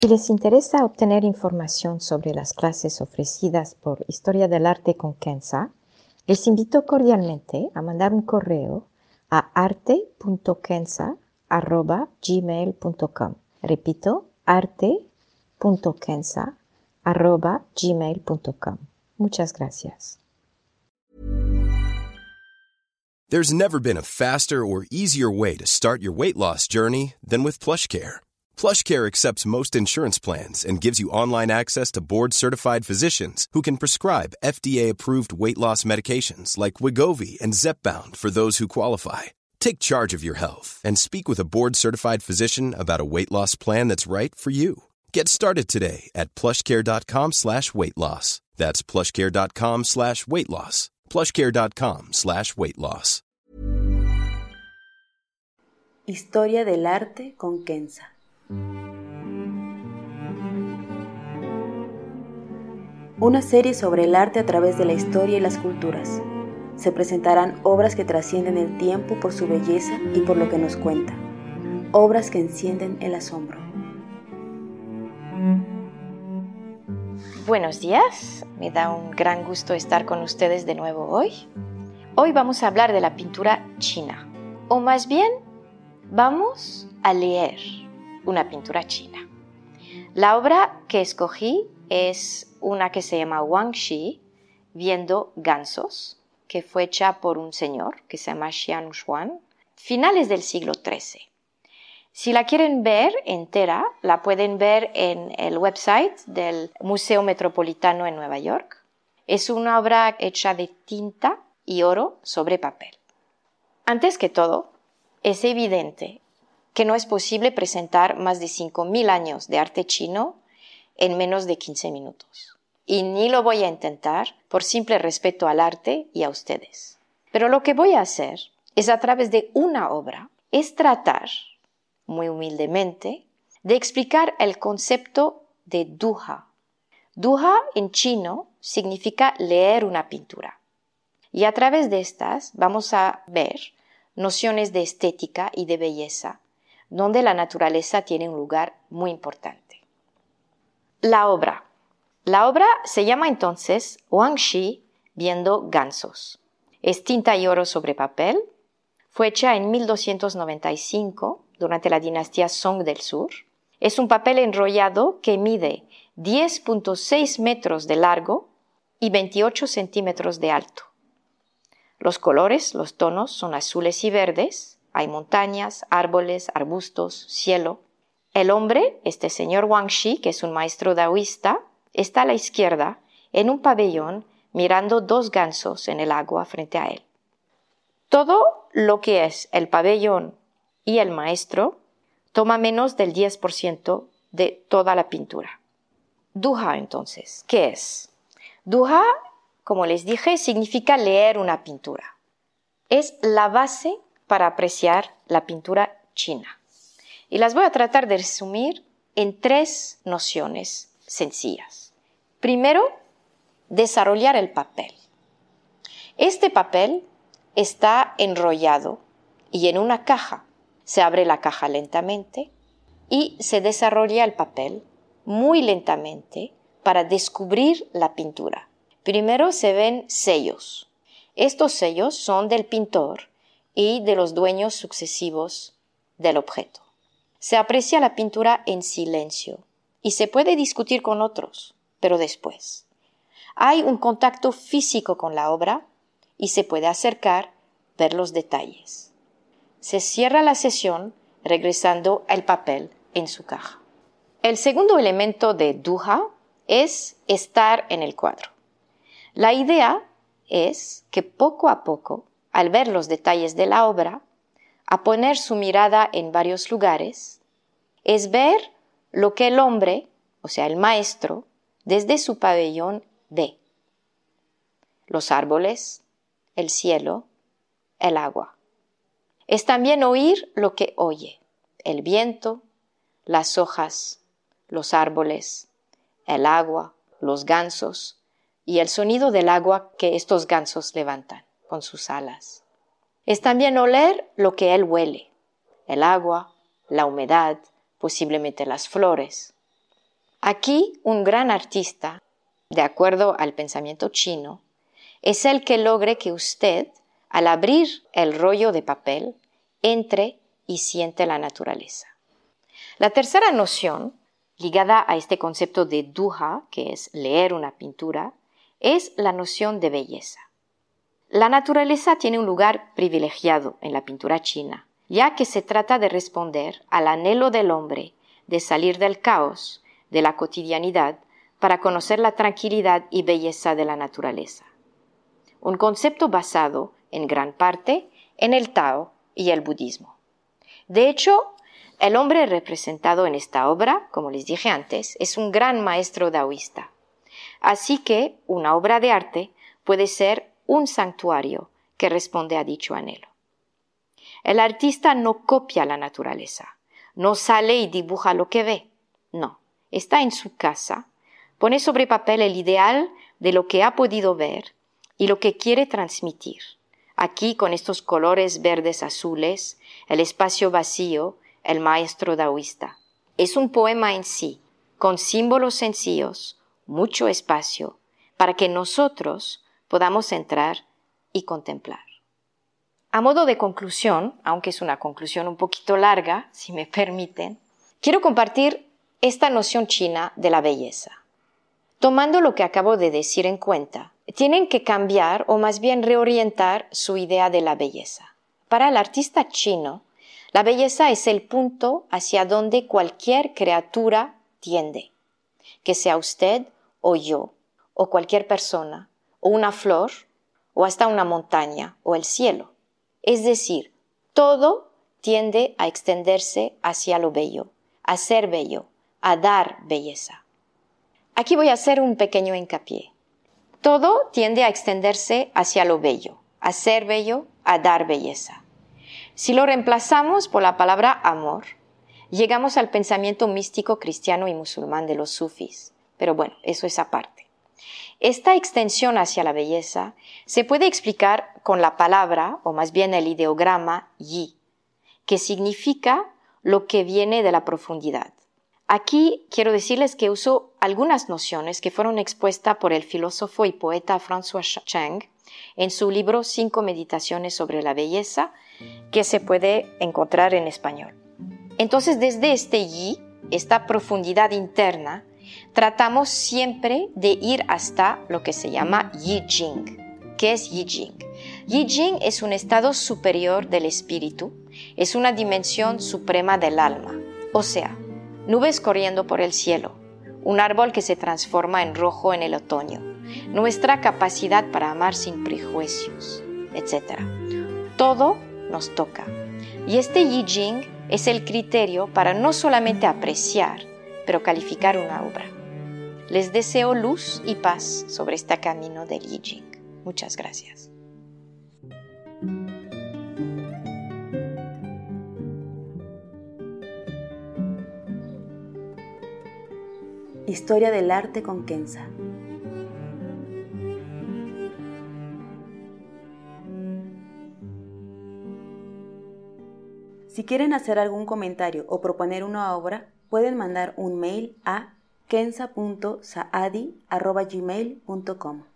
Si les interesa obtener información sobre las clases ofrecidas por Historia del Arte con Kenza, les invito cordialmente a mandar un correo a arte.kenza@gmail.com. Repito, arte.kenza@gmail.com. Muchas gracias. There's never been a faster or easier way to start your weight loss journey than with PlushCare. PlushCare accepts most insurance plans and gives you online access to board-certified physicians who can prescribe FDA-approved weight loss medications like Wegovy and Zepbound for those who qualify. Take charge of your health and speak with a board-certified physician about a weight loss plan that's right for you. Get started today at plushcare.com/weight loss. That's plushcare.com/weight loss. plushcare.com/weight loss. Historia del arte con Kenza. Una serie sobre el arte a través de la historia y las culturas. Se presentarán obras que trascienden el tiempo por su belleza y por lo que nos cuenta. Obras que encienden el asombro. Buenos días, me da un gran gusto estar con ustedes de nuevo hoy. Hoy vamos a hablar de la pintura china, o más bien, vamos a leer una pintura china. La obra que escogí es una que se llama Wang Xi, viendo gansos, que fue hecha por un señor que se llama Xian Xuan, finales del siglo XIII. Si la quieren ver entera, la pueden ver en el website del Museo Metropolitano en Nueva York. Es una obra hecha de tinta y oro sobre papel. Antes que todo, es evidente que no es posible presentar más de 5.000 años de arte chino en menos de 15 minutos. Y ni lo voy a intentar por simple respeto al arte y a ustedes. Pero lo que voy a hacer es, a través de una obra, es tratar, muy humildemente, de explicar el concepto de duha. Duha en chino significa leer una pintura. Y a través de estas vamos a ver nociones de estética y de belleza, donde la naturaleza tiene un lugar muy importante. La obra. La obra se llama entonces Wang Xi viendo gansos. Es tinta y oro sobre papel. Fue hecha en 1295 durante la dinastía Song del Sur. Es un papel enrollado que mide 10.6 metros de largo y 28 centímetros de alto. Los colores, los tonos son azules y verdes. Hay montañas, árboles, arbustos, cielo. El hombre, este señor Wang Xi, que es un maestro taoísta, está a la izquierda en un pabellón mirando dos gansos en el agua frente a él. Todo lo que es el pabellón y el maestro toma menos del 10% de toda la pintura. Duha, entonces, ¿qué es? Duha, como les dije, significa leer una pintura. Es la base para apreciar la pintura china. Y las voy a tratar de resumir en 3 nociones sencillas. Primero, desarrollar el papel. Este papel está enrollado y en una caja. Se abre la caja lentamente y se desarrolla el papel muy lentamente para descubrir la pintura. Primero se ven sellos. Estos sellos son del pintor y de los dueños sucesivos del objeto. Se aprecia la pintura en silencio y se puede discutir con otros, pero después. Hay un contacto físico con la obra y se puede acercar, ver los detalles. Se cierra la sesión regresando el papel en su caja. El segundo elemento de duha es estar en el cuadro. La idea es que poco a poco, al ver los detalles de la obra, a poner su mirada en varios lugares, es ver lo que el hombre, o sea, el maestro, desde su pabellón ve. Los árboles, el cielo, el agua. Es también oír lo que oye, el viento, las hojas, los árboles, el agua, los gansos y el sonido del agua que estos gansos levantan con sus alas. Es también oler lo que él huele, el agua, la humedad, posiblemente las flores. Aquí un gran artista, de acuerdo al pensamiento chino, es el que logre que usted, al abrir el rollo de papel, entre y siente la naturaleza. La tercera noción, ligada a este concepto de duha, que es leer una pintura, es la noción de belleza. La naturaleza tiene un lugar privilegiado en la pintura china, ya que se trata de responder al anhelo del hombre de salir del caos, de la cotidianidad, para conocer la tranquilidad y belleza de la naturaleza. Un concepto basado, en gran parte, en el Tao y el budismo. De hecho, el hombre representado en esta obra, como les dije antes, es un gran maestro taoísta. Así que una obra de arte puede ser un santuario que responde a dicho anhelo. El artista no copia la naturaleza, no sale y dibuja lo que ve. No, está en su casa, pone sobre papel el ideal de lo que ha podido ver y lo que quiere transmitir. Aquí, con estos colores verdes azules, el espacio vacío, el maestro taoísta. Es un poema en sí, con símbolos sencillos, mucho espacio, para que nosotros podamos entrar y contemplar. A modo de conclusión, aunque es una conclusión un poquito larga, si me permiten, quiero compartir esta noción china de la belleza. Tomando lo que acabo de decir en cuenta, tienen que cambiar o más bien reorientar su idea de la belleza. Para el artista chino, la belleza es el punto hacia donde cualquier criatura tiende, que sea usted o yo, o cualquier persona, o una flor, o hasta una montaña, o el cielo. Es decir, todo tiende a extenderse hacia lo bello, a ser bello, a dar belleza. Aquí voy a hacer un pequeño hincapié. Todo tiende a extenderse hacia lo bello, a ser bello, a dar belleza. Si lo reemplazamos por la palabra amor, llegamos al pensamiento místico cristiano y musulmán de los sufís. Pero bueno, eso es aparte. Esta extensión hacia la belleza se puede explicar con la palabra, o más bien el ideograma yi, que significa lo que viene de la profundidad. Aquí quiero decirles que uso algunas nociones que fueron expuestas por el filósofo y poeta François Cheng en su libro 5 meditaciones sobre la belleza, que se puede encontrar en español. Entonces, desde este yi, esta profundidad interna, tratamos siempre de ir hasta lo que se llama Yi Jing. ¿Qué es Yi Jing? Yi Jing es un estado superior del espíritu, es una dimensión suprema del alma, o sea, nubes corriendo por el cielo, un árbol que se transforma en rojo en el otoño, nuestra capacidad para amar sin prejuicios, etc. Todo nos toca. Y este Yi Jing es el criterio para no solamente apreciar, pero calificar una obra. Les deseo luz y paz sobre este camino del Yi Jing. Muchas gracias. Historia del arte con Kenza. Si quieren hacer algún comentario o proponer una obra, pueden mandar un mail a kenza.saadi@gmail.com.